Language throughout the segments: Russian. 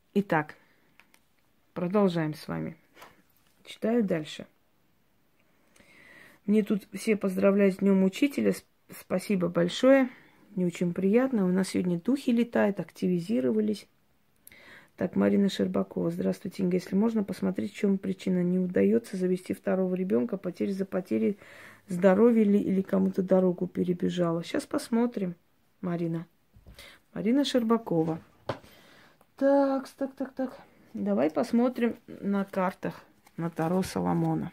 Итак, продолжаем с вами. Читаю дальше. Мне тут все поздравляют с Днем Учителя. Спасибо большое. Мне очень приятно. У нас сегодня духи летают, активизировались. Так, Марина Щербакова. Здравствуйте, Инга. Если можно, посмотреть, в чем причина. Не удается завести второго ребенка, потери за потерей здоровья или кому-то дорогу перебежала. Сейчас посмотрим, Марина. Марина Щербакова. Так. Давай посмотрим на картах на Таро Соломона.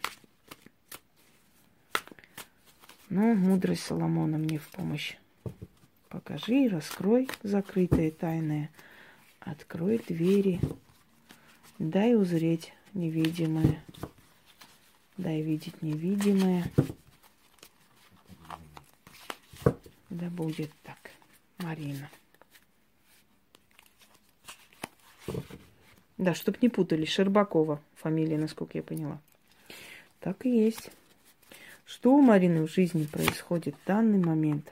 Ну, мудрость Соломона мне в помощь. Покажи, раскрой закрытые тайные. Открой двери. Дай узреть невидимое. Дай видеть невидимое. Да будет так, Марина. Да, чтоб не путали. Щербакова фамилия, насколько я поняла. Так и есть. Что у Марины в жизни происходит в данный момент?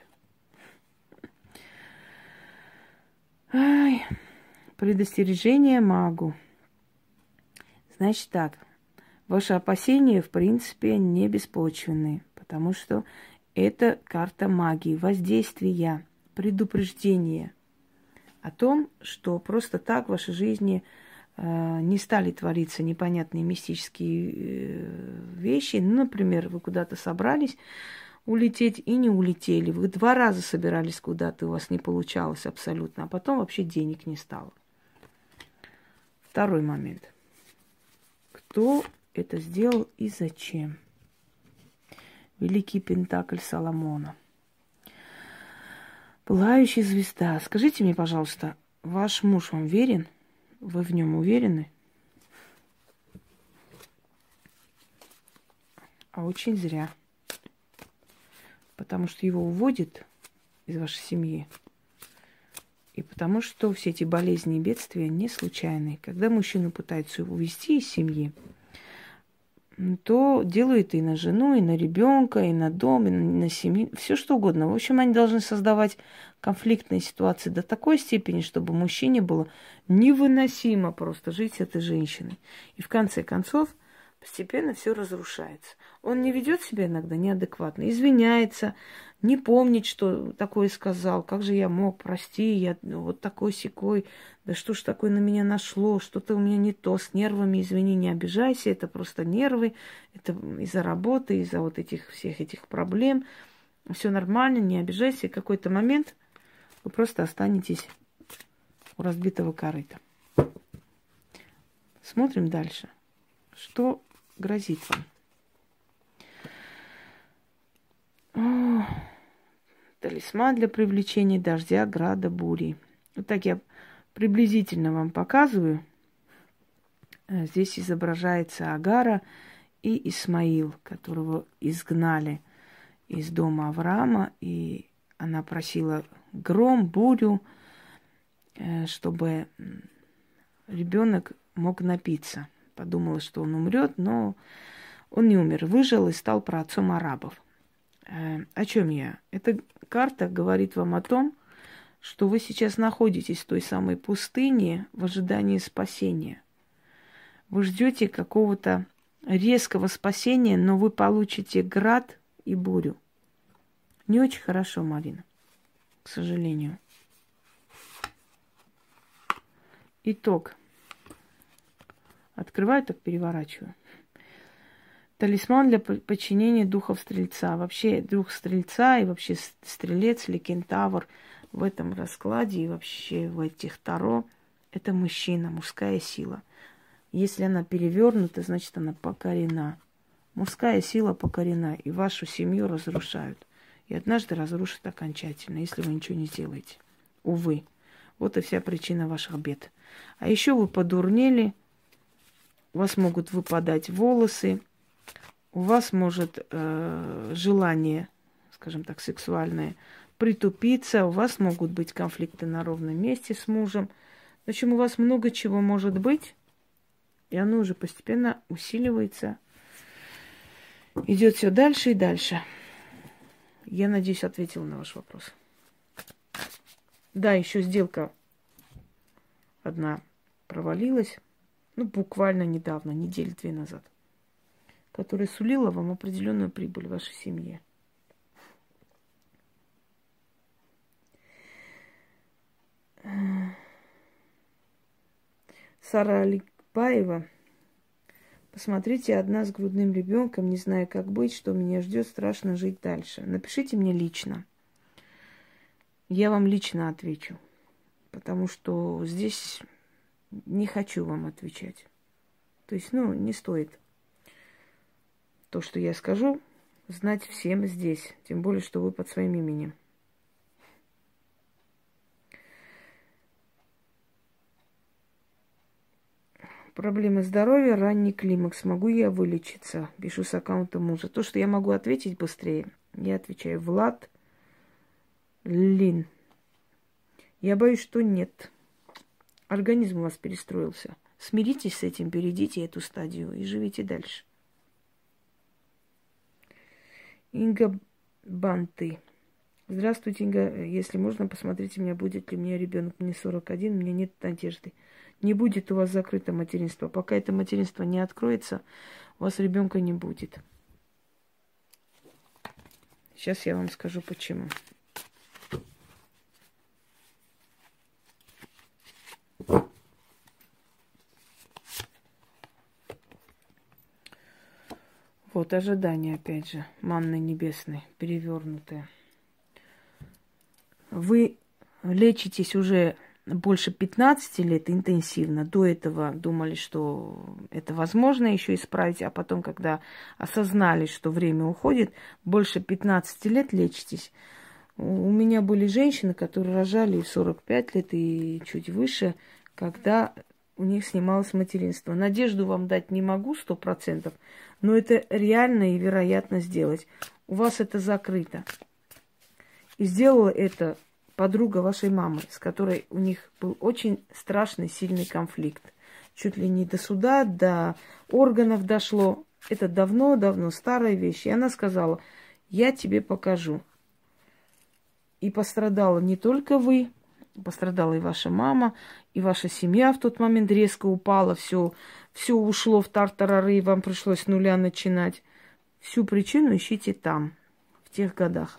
Ай, предостережение магу. Значит так, ваши опасения, в принципе, не беспочвенные, потому что это карта магии, воздействия, предупреждения о том, что просто так в вашей жизни не стали твориться непонятные мистические вещи. Ну, например, вы куда-то собрались улететь и не улетели. Вы 2 раза собирались куда-то, у вас не получалось абсолютно, а потом вообще денег не стало. Второй момент. Кто это сделал и зачем? Великий Пентакль Соломона. Пылающая звезда. Скажите мне, пожалуйста, ваш муж вам верен? Вы в нем уверены? А очень зря. Потому что его уводят из вашей семьи. И потому что все эти болезни и бедствия не случайные. Когда мужчину пытаются увести из семьи, то делают и на жену, и на ребенка, и на дом, и на семью, все что угодно. В общем, они должны создавать конфликтные ситуации до такой степени, чтобы мужчине было невыносимо просто жить с этой женщиной. И в конце концов постепенно все разрушается. Он не ведет себя иногда неадекватно, извиняется, не помнит, что такое сказал, как же я мог, прости, я вот такой-сякой, да что ж такое на меня нашло, что-то у меня не то, с нервами, извини, не обижайся, это просто нервы, это из-за работы, из-за вот этих всех этих проблем, все нормально, не обижайся, и в какой-то момент вы просто останетесь у разбитого корыта. Смотрим дальше. Что грозит вам? О, талисман для привлечения дождя, града, бури. Вот так я приблизительно вам показываю. Здесь изображается Агара и Исмаил, которого изгнали из дома Авраама. И она просила гром, бурю, чтобы ребенок мог напиться. Подумала, что он умрет, но он не умер. Выжил и стал праотцом арабов. О чем я? Эта карта говорит вам о том, что вы сейчас находитесь в той самой пустыне в ожидании спасения. Вы ждете какого-то резкого спасения, но вы получите град и бурю. Не очень хорошо, Марина, к сожалению. Итог. Открываю, так переворачиваю. Талисман для подчинения духов Стрельца. Вообще дух Стрельца и вообще Стрелец или Кентавр в этом раскладе и вообще в этих Таро это мужчина, мужская сила. Если она перевернута, значит она покорена. Мужская сила покорена, и вашу семью разрушают. И однажды разрушат окончательно, если вы ничего не сделаете. Увы. Вот и вся причина ваших бед. А еще вы подурнели, у вас могут выпадать волосы, у вас может желание, скажем так, сексуальное притупиться, у вас могут быть конфликты на ровном месте с мужем. В общем, у вас много чего может быть, и оно уже постепенно усиливается, идет все дальше и дальше. Я надеюсь, ответила на ваш вопрос. Да, еще сделка одна провалилась, ну, буквально недавно, недели 2 назад, которая сулила вам определенную прибыль в вашей семье. Сара Аликбаева. Посмотрите, одна с грудным ребенком, не знаю, как быть, что меня ждет, страшно жить дальше. Напишите мне лично. Я вам лично отвечу. Потому что здесь не хочу вам отвечать. То есть, ну, не стоит то, что я скажу, знать всем здесь. Тем более, что вы под своим именем. Проблемы здоровья, ранний климакс. Могу я вылечиться? Пишу с аккаунта мужа. То, что я могу ответить быстрее, я отвечаю. Влад Лин. Я боюсь, что нет. Организм у вас перестроился. Смиритесь с этим, перейдите эту стадию и живите дальше. Инга Банты. Здравствуйте, Инга. Если можно, посмотрите меня, будет ли у меня ребенок. Мне 41, у меня нет надежды. Не будет у вас закрыто материнство. Пока это материнство не откроется, у вас ребенка не будет. Сейчас я вам скажу, почему. Вот ожидание, опять же, манны небесной, перевернутые. Вы лечитесь уже больше 15 лет интенсивно. До этого думали, что это возможно еще исправить, а потом, когда осознали, что время уходит, больше 15 лет лечитесь. У меня были женщины, которые рожали в 45 лет и чуть выше, когда у них снималось материнство. Надежду вам дать не могу 100%, но это реально и вероятно сделать. У вас это закрыто. И сделала это подруга вашей мамы, с которой у них был очень страшный, сильный конфликт. Чуть ли не до суда, до органов дошло. Это давно-давно старая вещь. И она сказала, я тебе покажу. И пострадала не только вы, пострадала и ваша мама, и ваша семья в тот момент резко упала, все ушло в тартарары, и вам пришлось с нуля начинать. Всю причину ищите там, в тех годах.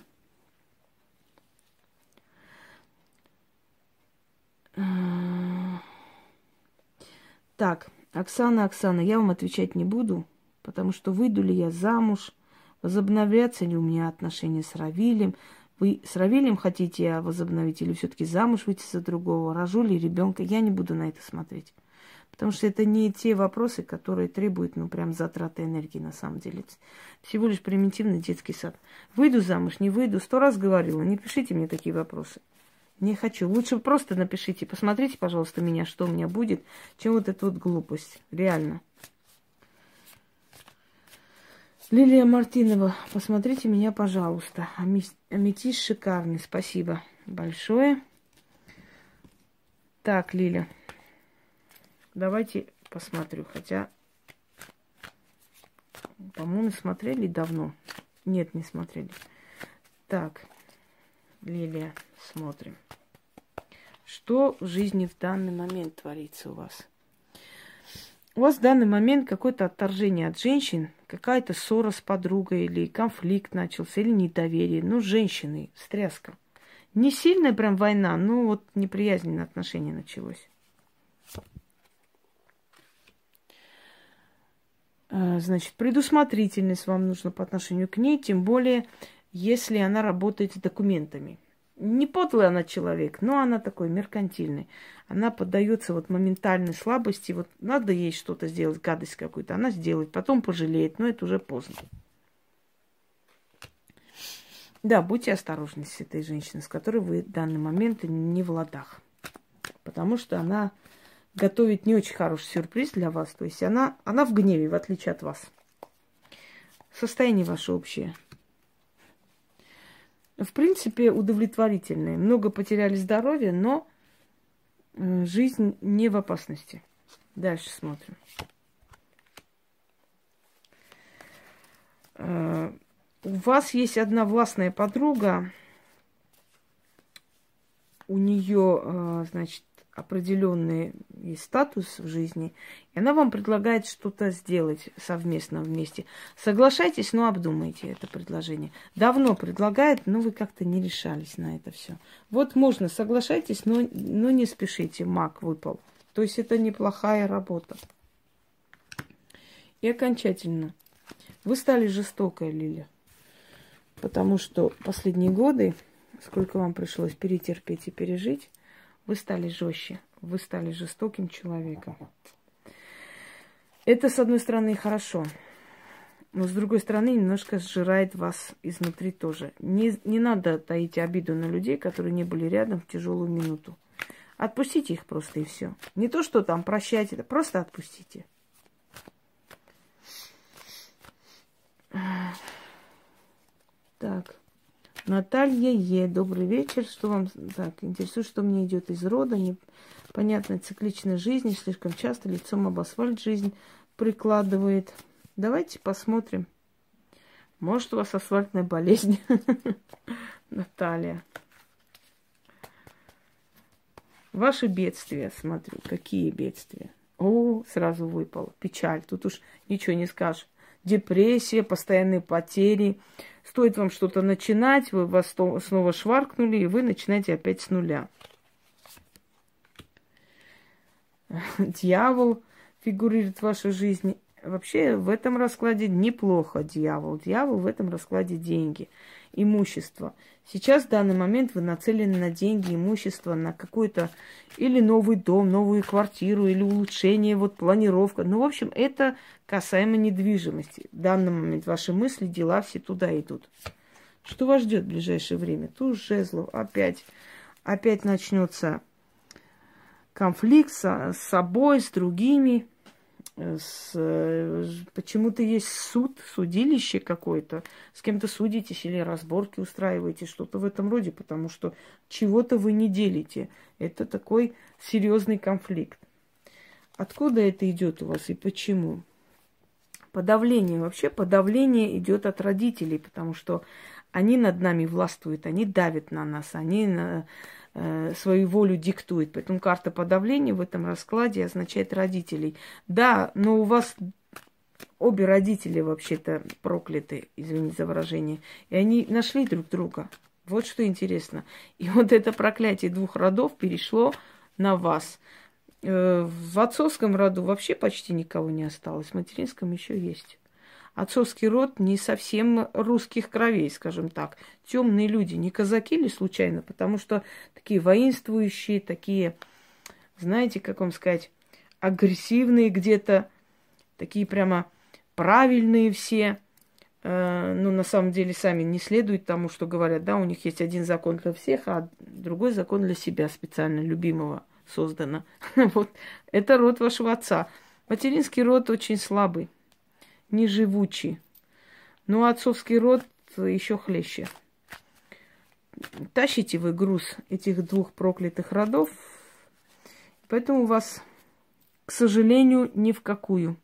Так, Оксана, я вам отвечать не буду, потому что выйду ли я замуж, возобновятся ли у меня отношения с Равилем. Вы с Равилем хотите возобновить или все-таки замуж выйти за другого, рожу ли ребенка? Я не буду на это смотреть. Потому что это не те вопросы, которые требуют, ну, прям затраты энергии на самом деле. Это всего лишь примитивный детский сад. Выйду замуж, не выйду, 100 раз говорила, не пишите мне такие вопросы. Не хочу. Лучше просто напишите, посмотрите, пожалуйста, меня, что у меня будет, чем вот эта вот глупость. Реально. Лилия Мартинова, посмотрите меня, пожалуйста. Аметист шикарный. Спасибо большое. Так, Лиля. Давайте посмотрю. Хотя, по-моему, смотрели давно. Нет, не смотрели. Так, Лилия, смотрим. Что в жизни в данный момент творится у вас? У вас в данный момент какое-то отторжение от женщин, какая-то ссора с подругой, или конфликт начался, или недоверие. Ну, женщины, стряска. Не сильная прям война, но вот неприязненное отношение началось. Значит, предусмотрительность вам нужна по отношению к ней, тем более, если она работает с документами. Не подлый она человек, но она такой меркантильный. Она поддается вот моментальной слабости. Вот надо ей что-то сделать, гадость какую-то, она сделает, потом пожалеет, но это уже поздно. Да, будьте осторожны с этой женщиной, с которой вы в данный момент не в ладах. Потому что она готовит не очень хороший сюрприз для вас. То есть она в гневе, в отличие от вас. Состояние ваше общее. В принципе, удовлетворительные. Много потеряли здоровье, но жизнь не в опасности. Дальше смотрим. У вас есть одна властная подруга. У нее, значит, определенный статус в жизни, и она вам предлагает что-то сделать совместно вместе. Соглашайтесь, но обдумайте это предложение. Давно предлагает, но вы как-то не решались на это все. Вот можно, соглашайтесь, но не спешите, маг выпал. То есть это неплохая работа. И окончательно. Вы стали жестокой, Лиля. Потому что последние годы, сколько вам пришлось перетерпеть и пережить, вы стали жестче, вы стали жестоким человеком. Это, с одной стороны, хорошо, но с другой стороны, немножко сжирает вас изнутри тоже. Не надо таить обиду на людей, которые не были рядом в тяжелую минуту. Отпустите их просто и все. Не то, что там прощайте, просто отпустите. Так. Наталья Е. Добрый вечер. Что вам так интересует, что мне идет из рода? Непонятная цикличная жизнь. Слишком часто лицом об асфальт жизнь прикладывает. Давайте посмотрим. Может, у вас асфальтная болезнь. Наталья. Ваши бедствия, смотрю. Какие бедствия? О, сразу выпало. Печаль. Тут уж ничего не скажешь. Депрессия, постоянные потери. Стоит вам что-то начинать, вы вас снова шваркнули, и вы начинаете опять с нуля. Дьявол фигурирует в вашей жизни. Вообще в этом раскладе неплохо дьявол. Дьявол в этом раскладе деньги, имущество. Сейчас в данный момент вы нацелены на деньги, имущество, на какой-то или новый дом, новую квартиру, или улучшение, вот планировка. Ну, в общем, это касаемо недвижимости. В данный момент ваши мысли, дела все туда идут. Что вас ждет в ближайшее время? Туз жезлов. Опять начнется конфликт с собой, с другими. Почему-то есть суд, судилище какое-то. С кем-то судитесь или разборки устраиваете, что-то в этом роде, потому что чего-то вы не делите. Это такой серьезный конфликт. Откуда это идет у вас и почему? Подавление. Вообще подавление идет от родителей, потому что они над нами властвуют, они давят на нас, они свою волю диктуют. Поэтому карта подавления в этом раскладе означает родителей. Да, но у вас обе родители вообще-то прокляты, извините за выражение, и они нашли друг друга. Вот что интересно. И вот это проклятие двух родов перешло на вас. В отцовском роду вообще почти никого не осталось, в материнском еще есть. Отцовский род не совсем русских кровей, скажем так. Темные люди, не казаки ли случайно? Потому что такие воинствующие, такие, знаете, как вам сказать, агрессивные где-то, такие прямо правильные все. Но на самом деле сами не следуют тому, что говорят. Да, у них есть один закон для всех, а другой закон для себя специально любимого создано. Вот это род вашего отца. Материнский род очень слабый, неживучий. Но отцовский род еще хлеще. Тащите вы груз этих двух проклятых родов, поэтому у вас, к сожалению, ни в какую.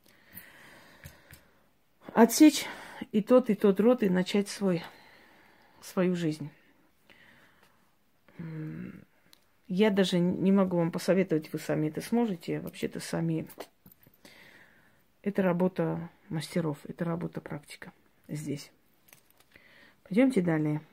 Отсечь и тот род, и начать свою жизнь. Я даже не могу вам посоветовать, вы сами это сможете. Вообще-то сами. Это работа мастеров, это работа практика здесь. Пойдемте далее.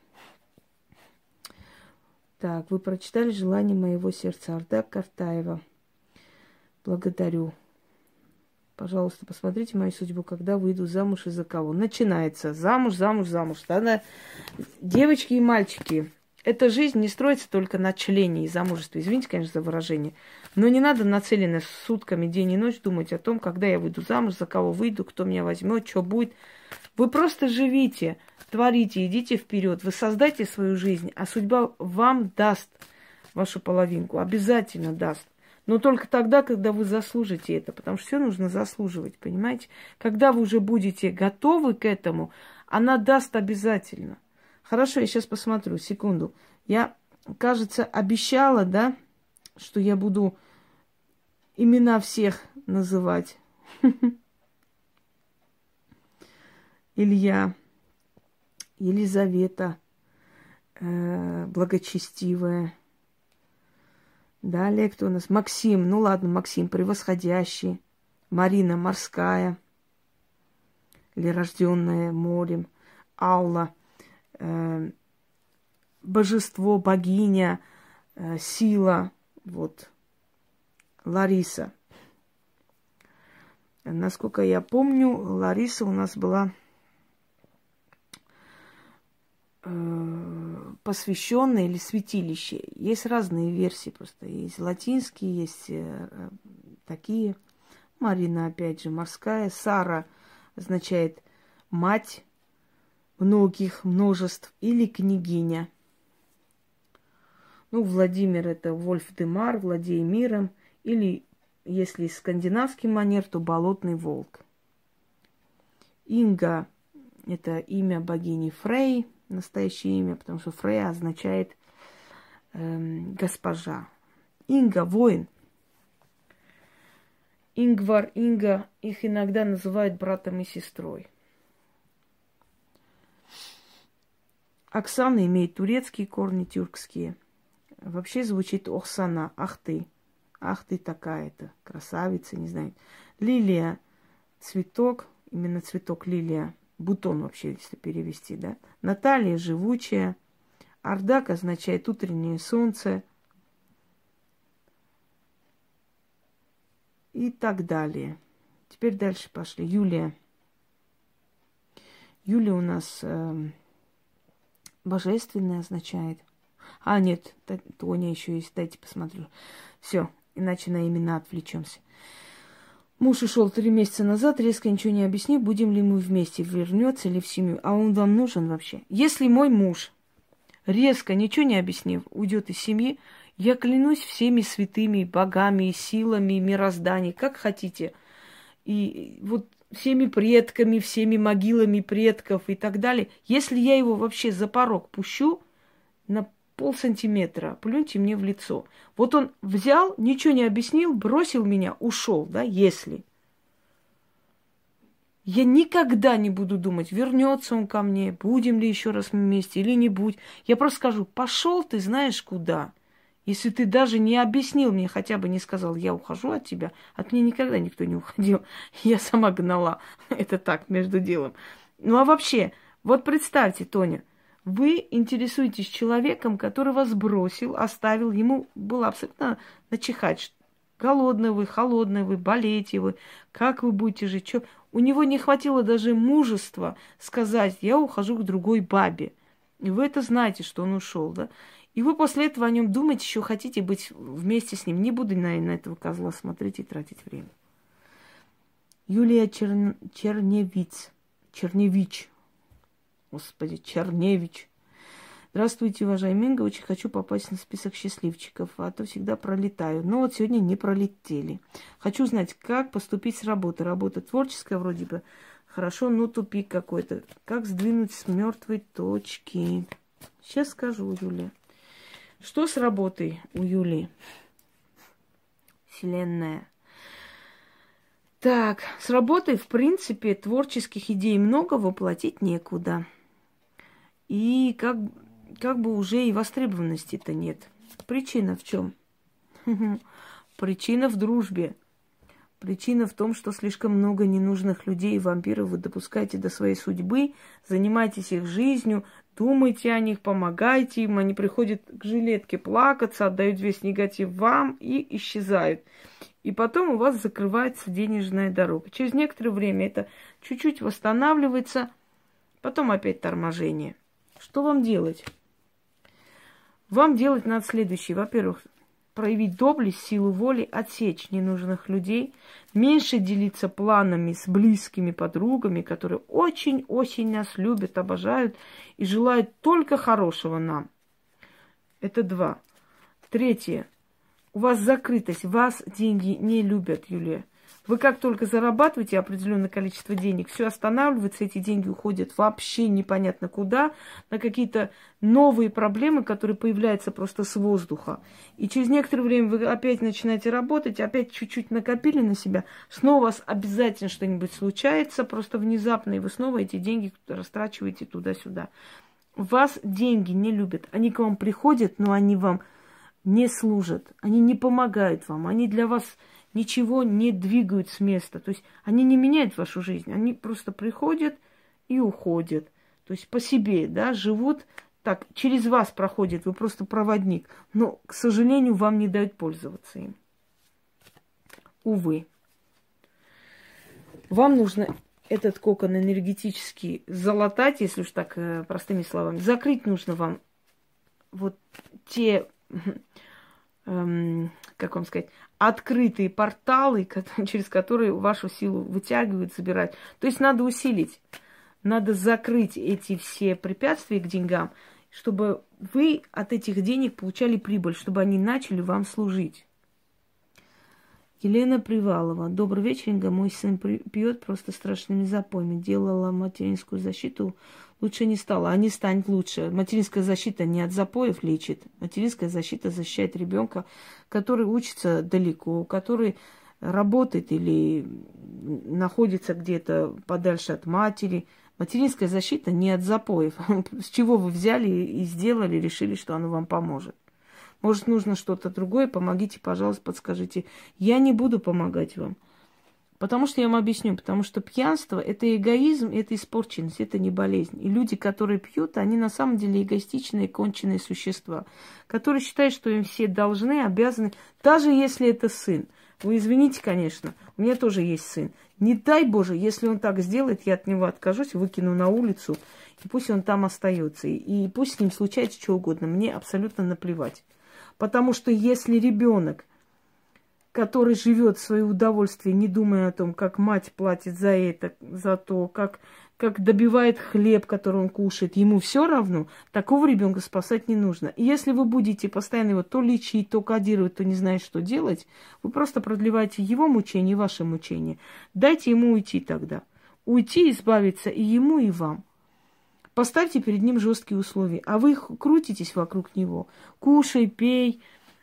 Так, вы прочитали желание моего сердца. Ардак Картаева. Благодарю. Пожалуйста, посмотрите мою судьбу, когда выйду замуж и за кого. Начинается. Замуж. Да, девочки и мальчики. Эта жизнь не строится только на члене и замужестве. Извините, конечно, за выражение. Но не надо нацеленно сутками день и ночь думать о том, когда я выйду замуж, за кого выйду, кто меня возьмет, что будет. Вы просто живите, творите, идите вперед. Вы создайте свою жизнь, а судьба вам даст вашу половинку. Обязательно даст. Но только тогда, когда вы заслужите это. Потому что все нужно заслуживать, понимаете? Когда вы уже будете готовы к этому, она даст обязательно. Хорошо, я сейчас посмотрю, секунду. Я, кажется, обещала, да, что я буду имена всех называть. Илья, Елизавета, благочестивая, Далее кто у нас? Максим. Ну ладно, Максим, превосходящий. Марина, морская. Или рожденная морем. Алла, божество, богиня, сила. Вот. Лариса. Насколько я помню, Лариса у нас была посвященная или святилище. Есть разные версии просто. Есть латинские, есть такие. Марина, опять же, морская. Сара означает мать многих, множеств или княгиня. Ну, Владимир это Вольф-де-Мар, владей миром. Или, если из скандинавский манер, то болотный волк. Инга это имя богини Фрей, настоящее имя, потому что Фрея означает госпожа. Инга воин. Ингвар, Инга, их иногда называют братом и сестрой. Оксана имеет турецкие корни, тюркские. Вообще звучит Оксана, ах ты такая-то, красавица, не знаю. Лилия, цветок, именно цветок лилия, бутон вообще, если перевести, да. Наталья, живучая. Ардак означает утреннее солнце. И так далее. Теперь дальше пошли. Юлия. Юлия у нас божественная означает. А, нет, Тоня еще есть. Дайте посмотрю. Все, иначе на имена отвлечемся. Муж ушел 3 месяца назад, резко ничего не объяснив, будем ли мы вместе, вернется ли в семью. А он вам нужен вообще? Если мой муж, резко ничего не объяснив, уйдет из семьи, я клянусь всеми святыми богами, силами, мирозданием, как хотите. И вот всеми предками, всеми могилами предков и так далее. Если я его вообще за порог пущу на полсантиметра, плюньте мне в лицо. Вот он взял, ничего не объяснил, бросил меня, ушел, да, если. Я никогда не буду думать, вернется он ко мне, будем ли еще раз вместе или не будь. Я просто скажу, пошел ты знаешь куда. Если ты даже не объяснил мне, хотя бы не сказал, я ухожу от тебя, от меня никогда никто не уходил. Я сама гнала. Это так, между делом. Ну а вообще, вот представьте, Тоня, вы интересуетесь человеком, который вас бросил, оставил, ему было абсолютно начихать. Голодный вы, холодный вы, болеете вы, как вы будете жить. Чё? У него не хватило даже мужества сказать, я ухожу к другой бабе. И вы это знаете, что он ушел, да? И вы после этого о нем думаете, еще хотите быть вместе с ним. Не буду на этого козла смотреть и тратить время. Юлия Черневич. Господи, Черневич. Здравствуйте, уважаемый Инга. Очень хочу попасть на список счастливчиков, а то всегда пролетаю. Но вот сегодня не пролетели. Хочу знать, как поступить с работы. Работа творческая вроде бы. Хорошо, но тупик какой-то. Как сдвинуть с мертвой точки? Сейчас скажу, Юлия. Что с работой у Юли? Вселенная. Так, с работой, в принципе, творческих идей много, воплотить некуда. И как бы уже и востребованности-то нет. Причина в чем? Причина в дружбе. Причина в том, что слишком много ненужных людей и вампиров вы допускаете до своей судьбы, занимаетесь их жизнью, думайте о них, помогайте им, они приходят к жилетке плакаться, отдают весь негатив вам и исчезают. И потом у вас закрывается денежная дорога. Через некоторое время это чуть-чуть восстанавливается, потом опять торможение. Что вам делать? Вам делать надо следующее. Во-первых, проявить доблесть, силу воли, отсечь ненужных людей, меньше делиться планами с близкими подругами, которые очень-очень нас любят, обожают и желают только хорошего нам. Это 2. 3. У вас закрытость, вас деньги не любят, Юлия. Вы как только зарабатываете определенное количество денег, все останавливается, эти деньги уходят вообще непонятно куда, на какие-то новые проблемы, которые появляются просто с воздуха. И через некоторое время вы опять начинаете работать, опять чуть-чуть накопили на себя, снова у вас обязательно что-нибудь случается, просто внезапно, и вы снова эти деньги растрачиваете туда-сюда. Вас деньги не любят. Они к вам приходят, но они вам не служат, они не помогают вам, они для вас ничего не двигают с места. То есть они не меняют вашу жизнь, они просто приходят и уходят. То есть по себе, да, живут так, через вас проходит, вы просто проводник. Но, к сожалению, вам не дают пользоваться им. Увы. Вам нужно этот кокон энергетически залатать, если уж так простыми словами. Закрыть нужно вам вот те, как вам сказать, открытые порталы, через которые вашу силу вытягивают, забирают. То есть надо усилить, надо закрыть эти все препятствия к деньгам, чтобы вы от этих денег получали прибыль, чтобы они начали вам служить. Елена Привалова. Добрый вечер, Инга. Мой сын пьет просто страшными запоями. Делала материнскую защиту, лучше не стало. А не станет лучше. Материнская защита не от запоев лечит. Материнская защита защищает ребенка, который учится далеко, который работает или находится где-то подальше от матери. Материнская защита не от запоев. С чего вы взяли и сделали, решили, что оно вам поможет. Может, нужно что-то другое, помогите, пожалуйста, подскажите. Я не буду помогать вам. Потому что я вам объясню. Потому что пьянство – это эгоизм, это испорченность, это не болезнь. И люди, которые пьют, они на самом деле эгоистичные, конченые существа, которые считают, что им все должны, обязаны, даже если это сын. Вы извините, конечно, у меня тоже есть сын. Не дай Боже, если он так сделает, я от него откажусь, выкину на улицу, и пусть он там остается. И пусть с ним случается что угодно. Мне абсолютно наплевать. Потому что если ребенок, который живет в свое удовольствие, не думая о том, как мать платит за это, за то, как добивает хлеб, который он кушает, ему все равно, такого ребенка спасать не нужно. И если вы будете постоянно его то лечить, то кодировать, то не знаете, что делать, вы просто продлеваете его мучение и ваше мучение. Дайте ему уйти тогда. Уйти, избавиться и ему, и вам. Поставьте перед ним жесткие условия, а вы крутитесь вокруг него. Кушай, пей,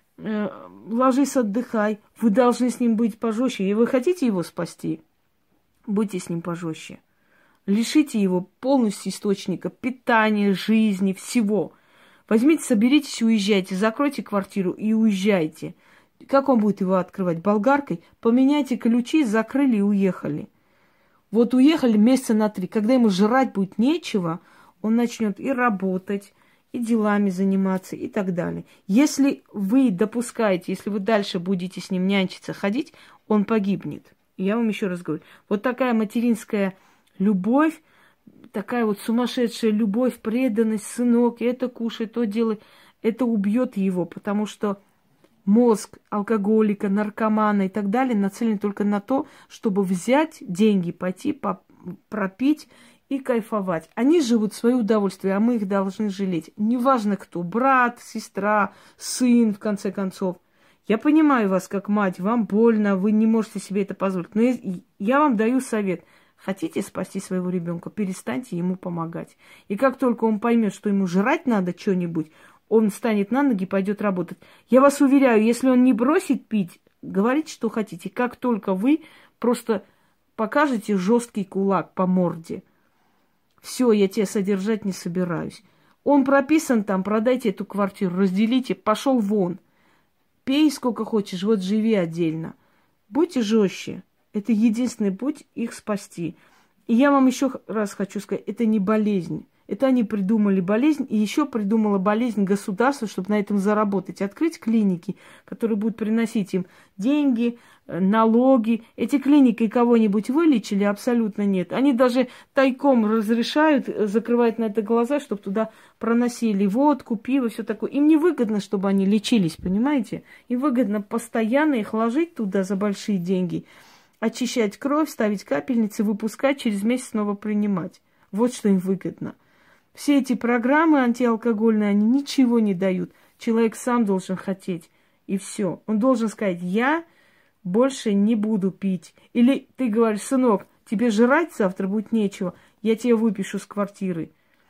ложись, отдыхай. Вы должны с ним быть пожестче. И вы хотите его спасти? Будьте с ним пожестче. Лишите его полностью источника питания, жизни, всего. Возьмите, соберитесь и уезжайте. Закройте квартиру и уезжайте. Как он будет его открывать? Болгаркой? Поменяйте ключи, закрыли и уехали. Вот уехали месяца на 3. Когда ему жрать будет нечего, он начнет и работать, и делами заниматься, и так далее. Если вы допускаете, если вы дальше будете с ним нянчиться, ходить, он погибнет. И я вам еще раз говорю, вот такая материнская любовь, такая вот сумасшедшая любовь, преданность, сынок, это кушай, то делай, это убьет его, потому что мозг алкоголика, наркомана и так далее нацелен только на то, чтобы взять деньги, пойти пропить и кайфовать. Они живут в свое удовольствие, а мы их должны жалеть. Неважно кто, брат, сестра, сын, в конце концов. Я понимаю вас как мать, вам больно, вы не можете себе это позволить. Но я вам даю совет. Хотите спасти своего ребенка, перестаньте ему помогать. И как только он поймет, что ему жрать надо что-нибудь, он встанет на ноги и пойдет работать. Я вас уверяю, если он не бросит пить, говорите, что хотите. Как только вы просто покажете жесткий кулак по морде, все, я тебя содержать не собираюсь. Он прописан там, продайте эту квартиру, разделите, пошел вон. Пей сколько хочешь, вот живи отдельно. Будьте жестче. Это единственный путь их спасти. И я вам еще раз хочу сказать, это не болезнь. Это они придумали болезнь, и еще придумала болезнь государство, чтобы на этом заработать. Открыть клиники, которые будут приносить им деньги, налоги. Эти клиники кого-нибудь вылечили? Абсолютно нет. Они даже тайком разрешают, закрывают на это глаза, чтобы туда проносили водку, пиво, все такое. Им не выгодно, чтобы они лечились, понимаете? Им выгодно постоянно их ложить туда за большие деньги, очищать кровь, ставить капельницы, выпускать, через месяц снова принимать. Вот что им выгодно. Все эти программы антиалкогольные, они ничего не дают. Человек сам должен хотеть. И все. Он должен сказать, я больше не буду пить. Или ты говоришь, сынок, тебе жрать завтра будет нечего, я тебя выпишу с квартиры.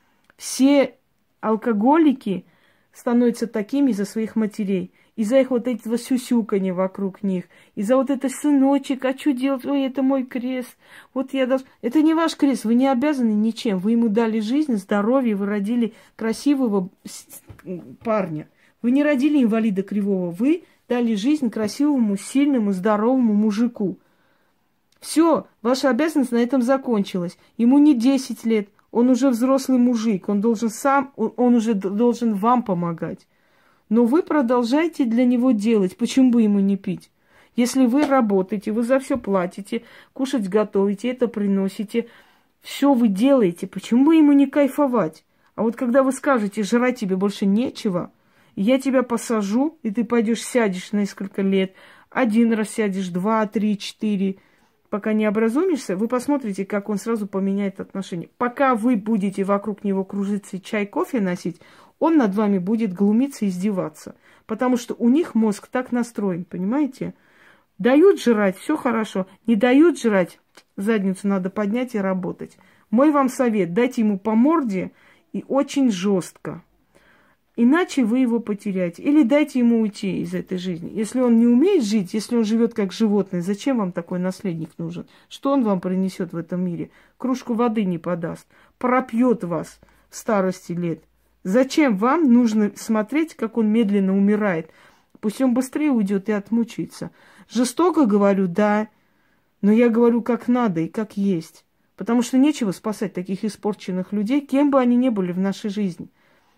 Все алкоголики становятся такими из-за своих матерей. Из-за их вот этого сюсюканья вокруг них. Из-за вот это сыночек, а что делать? Ой, это мой крест. Вот я должен... Это не ваш крест, вы не обязаны ничем. Вы ему дали жизнь, здоровье, вы родили красивого парня. Вы не родили инвалида кривого, вы дали жизнь красивому, сильному, здоровому мужику. Все, ваша обязанность на этом закончилась. Ему не 10 лет, он уже взрослый мужик, он должен сам, он уже должен вам помогать. Но вы продолжаете для него делать. Почему бы ему не пить? Если вы работаете, вы за все платите, кушать готовите, это приносите, все вы делаете, почему бы ему не кайфовать? А вот когда вы скажете, жрать тебе больше нечего, я тебя посажу, и ты пойдешь сядешь несколько лет, один раз сядешь, 2, 3, 4, пока не образумишься, вы посмотрите, как он сразу поменяет отношение. Пока вы будете вокруг него кружиться и чай, кофе носить, он над вами будет глумиться и издеваться. Потому что у них мозг так настроен, понимаете? Дают жрать, все хорошо. Не дают жрать, задницу надо поднять и работать. Мой вам совет, дайте ему по морде и очень жестко. Иначе вы его потеряете. Или дайте ему уйти из этой жизни. Если он не умеет жить, если он живет как животное, зачем вам такой наследник нужен? Что он вам принесет в этом мире? Кружку воды не подаст. Пропьет вас в старости лет. Зачем вам нужно смотреть, как он медленно умирает? Пусть он быстрее уйдет и отмучается. Жестоко говорю, да, но я говорю как надо и как есть. Потому что нечего спасать таких испорченных людей, кем бы они ни были в нашей жизни.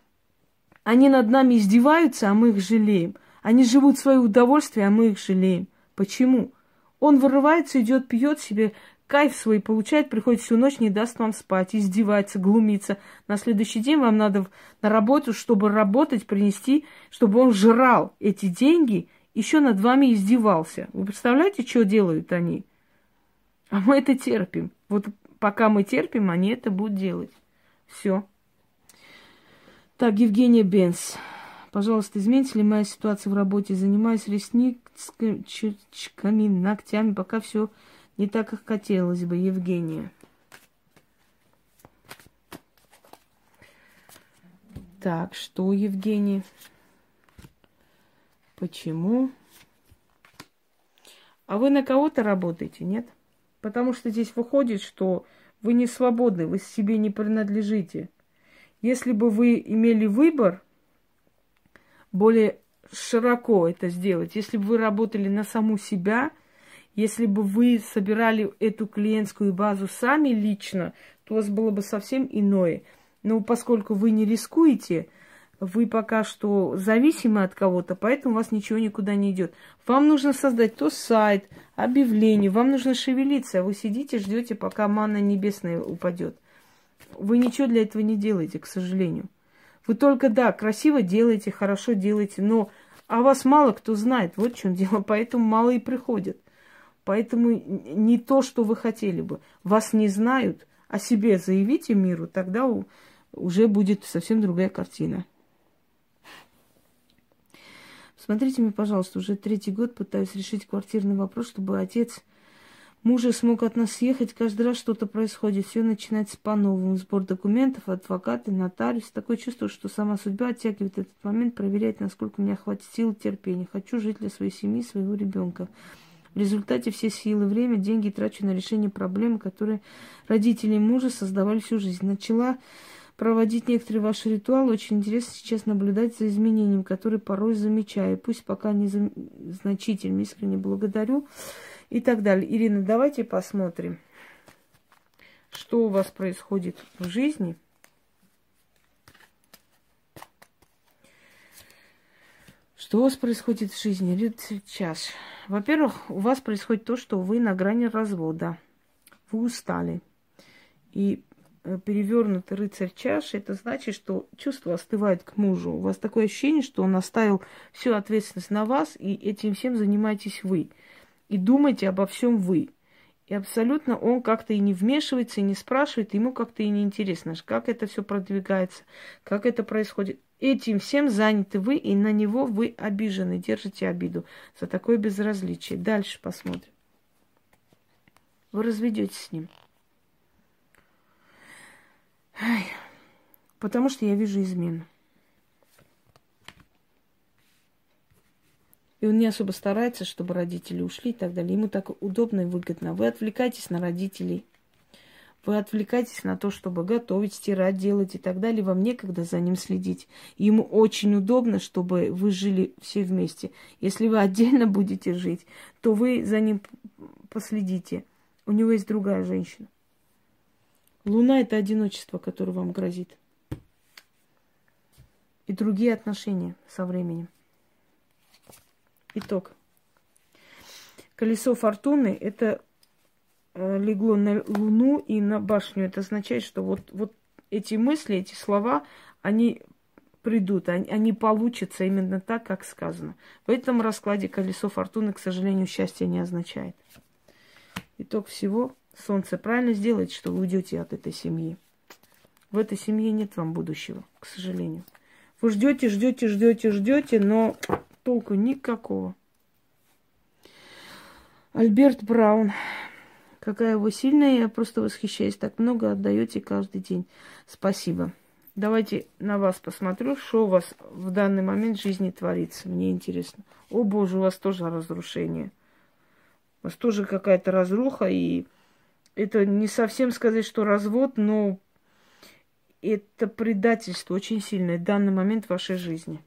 Они над нами издеваются, а мы их жалеем. Они живут в свое удовольствие, а мы их жалеем. Почему? Он вырывается, идет, пьет себе, кайф свой получает, приходит всю ночь, не даст вам спать, издевается, глумится. На следующий день вам надо на работу, чтобы работать, принести, чтобы он жрал эти деньги, еще над вами издевался. Вы представляете, что делают они? А мы это терпим. Вот пока мы терпим, они это будут делать. Все. Так, Евгения Бенс. Пожалуйста, изменится ли моя ситуация в работе? Занимаюсь ресницами, ногтями, пока все не так, как хотелось бы, Евгения. Так, что, Евгений? Почему? А вы на кого-то работаете, нет? Потому что здесь выходит, что вы не свободны, вы себе не принадлежите. Если бы вы имели выбор более широко это сделать, если бы вы работали на саму себя, если бы вы собирали эту клиентскую базу сами лично, то у вас было бы совсем иное. Но поскольку вы не рискуете, вы пока что зависимы от кого-то, поэтому у вас ничего никуда не идет. Вам нужно создать то сайт, объявление, вам нужно шевелиться, а вы сидите, ждете, пока манна небесная упадет. Вы ничего для этого не делаете, к сожалению. Вы только, да, красиво делаете, хорошо делаете, но о вас мало кто знает. Вот в чем дело, поэтому мало и приходят. Поэтому не то, что вы хотели бы. Вас не знают, о себе заявите миру, тогда уже будет совсем другая картина. Смотрите мне, пожалуйста, уже 3-й год пытаюсь решить квартирный вопрос, чтобы отец мужа смог от нас съехать. Каждый раз что-то происходит, все начинается по-новому. Сбор документов, адвокаты, нотариус. Такое чувство, что сама судьба оттягивает этот момент, проверяет, насколько у меня хватит сил и терпения. Хочу жить для своей семьи, своего ребенка. В результате все силы, время, деньги трачу на решение проблем, которые родители мужа создавали всю жизнь. Начала проводить некоторые ваши ритуалы. Очень интересно сейчас наблюдать за изменением, которые порой замечаю. Пусть пока не значительно, искренне благодарю. И так далее. Ирина, давайте посмотрим, что у вас происходит в жизни. Что у вас происходит в жизни? Рыцарь чаш. Во-первых, у вас происходит то, что вы на грани развода. Вы устали. И перевернутый рыцарь чаш, это значит, что чувства остывают к мужу. У вас такое ощущение, что он оставил всю ответственность на вас, и этим всем занимаетесь вы. И думайте обо всем вы. И абсолютно он как-то и не вмешивается, и не спрашивает, ему как-то и не интересно, как это все продвигается, как это происходит. Этим всем заняты вы, и на него вы обижены, держите обиду за такое безразличие. Дальше посмотрим. Вы разведетесь с ним. Потому что я вижу измену. И он не особо старается, чтобы родители ушли и так далее. Ему так удобно и выгодно. Вы отвлекаетесь на родителей. Вы отвлекаетесь на то, чтобы готовить, стирать, делать и так далее. Вам некогда за ним следить. Ему очень удобно, чтобы вы жили все вместе. Если вы отдельно будете жить, то вы за ним последите. У него есть другая женщина. Луна – это одиночество, которое вам грозит. И другие отношения со временем. Итог. Колесо фортуны – это легло на Луну и на башню. Это означает, что вот эти мысли, эти слова, они придут, они получатся именно так, как сказано. В этом раскладе колесо фортуны, к сожалению, счастья не означает. Итог всего. Солнце правильно сделает, что вы уйдете от этой семьи. В этой семье нет вам будущего, к сожалению. Вы ждете, но толку никакого. Альберт Браун. Какая вы сильная, я просто восхищаюсь. Так много отдаете каждый день. Спасибо. Давайте на вас посмотрю, что у вас в данный момент в жизни творится. Мне интересно. О боже, у вас тоже разрушение. У вас тоже какая-то разруха. И это не совсем сказать, что развод, но это предательство очень сильное в данный момент в вашей жизни.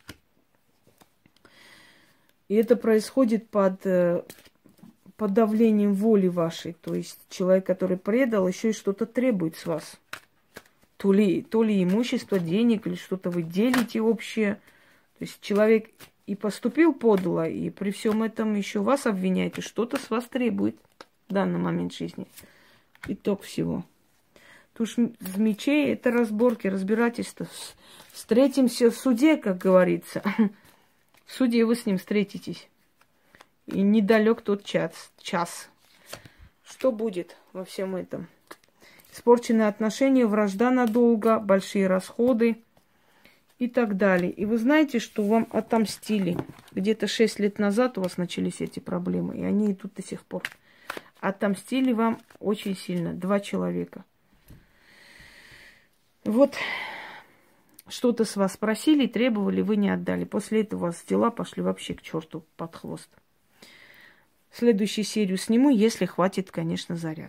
И это происходит под давлением воли вашей. То есть человек, который предал, еще и что-то требует с вас. То ли имущество, денег, или что-то вы делите общее. То есть человек и поступил подло, и при всем этом еще вас обвиняет, и что-то с вас требует в данный момент жизни. Итог всего. Туз мечей – это разборки, разбирательства. Встретимся в суде, как говорится. В суде вы с ним встретитесь. И недалек тот час. Что будет во всем этом? Испорченные отношения, вражда надолго, большие расходы и так далее. И вы знаете, что вам отомстили. Где-то 6 лет назад у вас начались эти проблемы, и они идут до сих пор. Отомстили вам очень сильно 2 человека. Вот что-то с вас просили, требовали, вы не отдали. После этого у вас дела пошли вообще к черту под хвост. Следующую серию сниму, если хватит, конечно, заряд.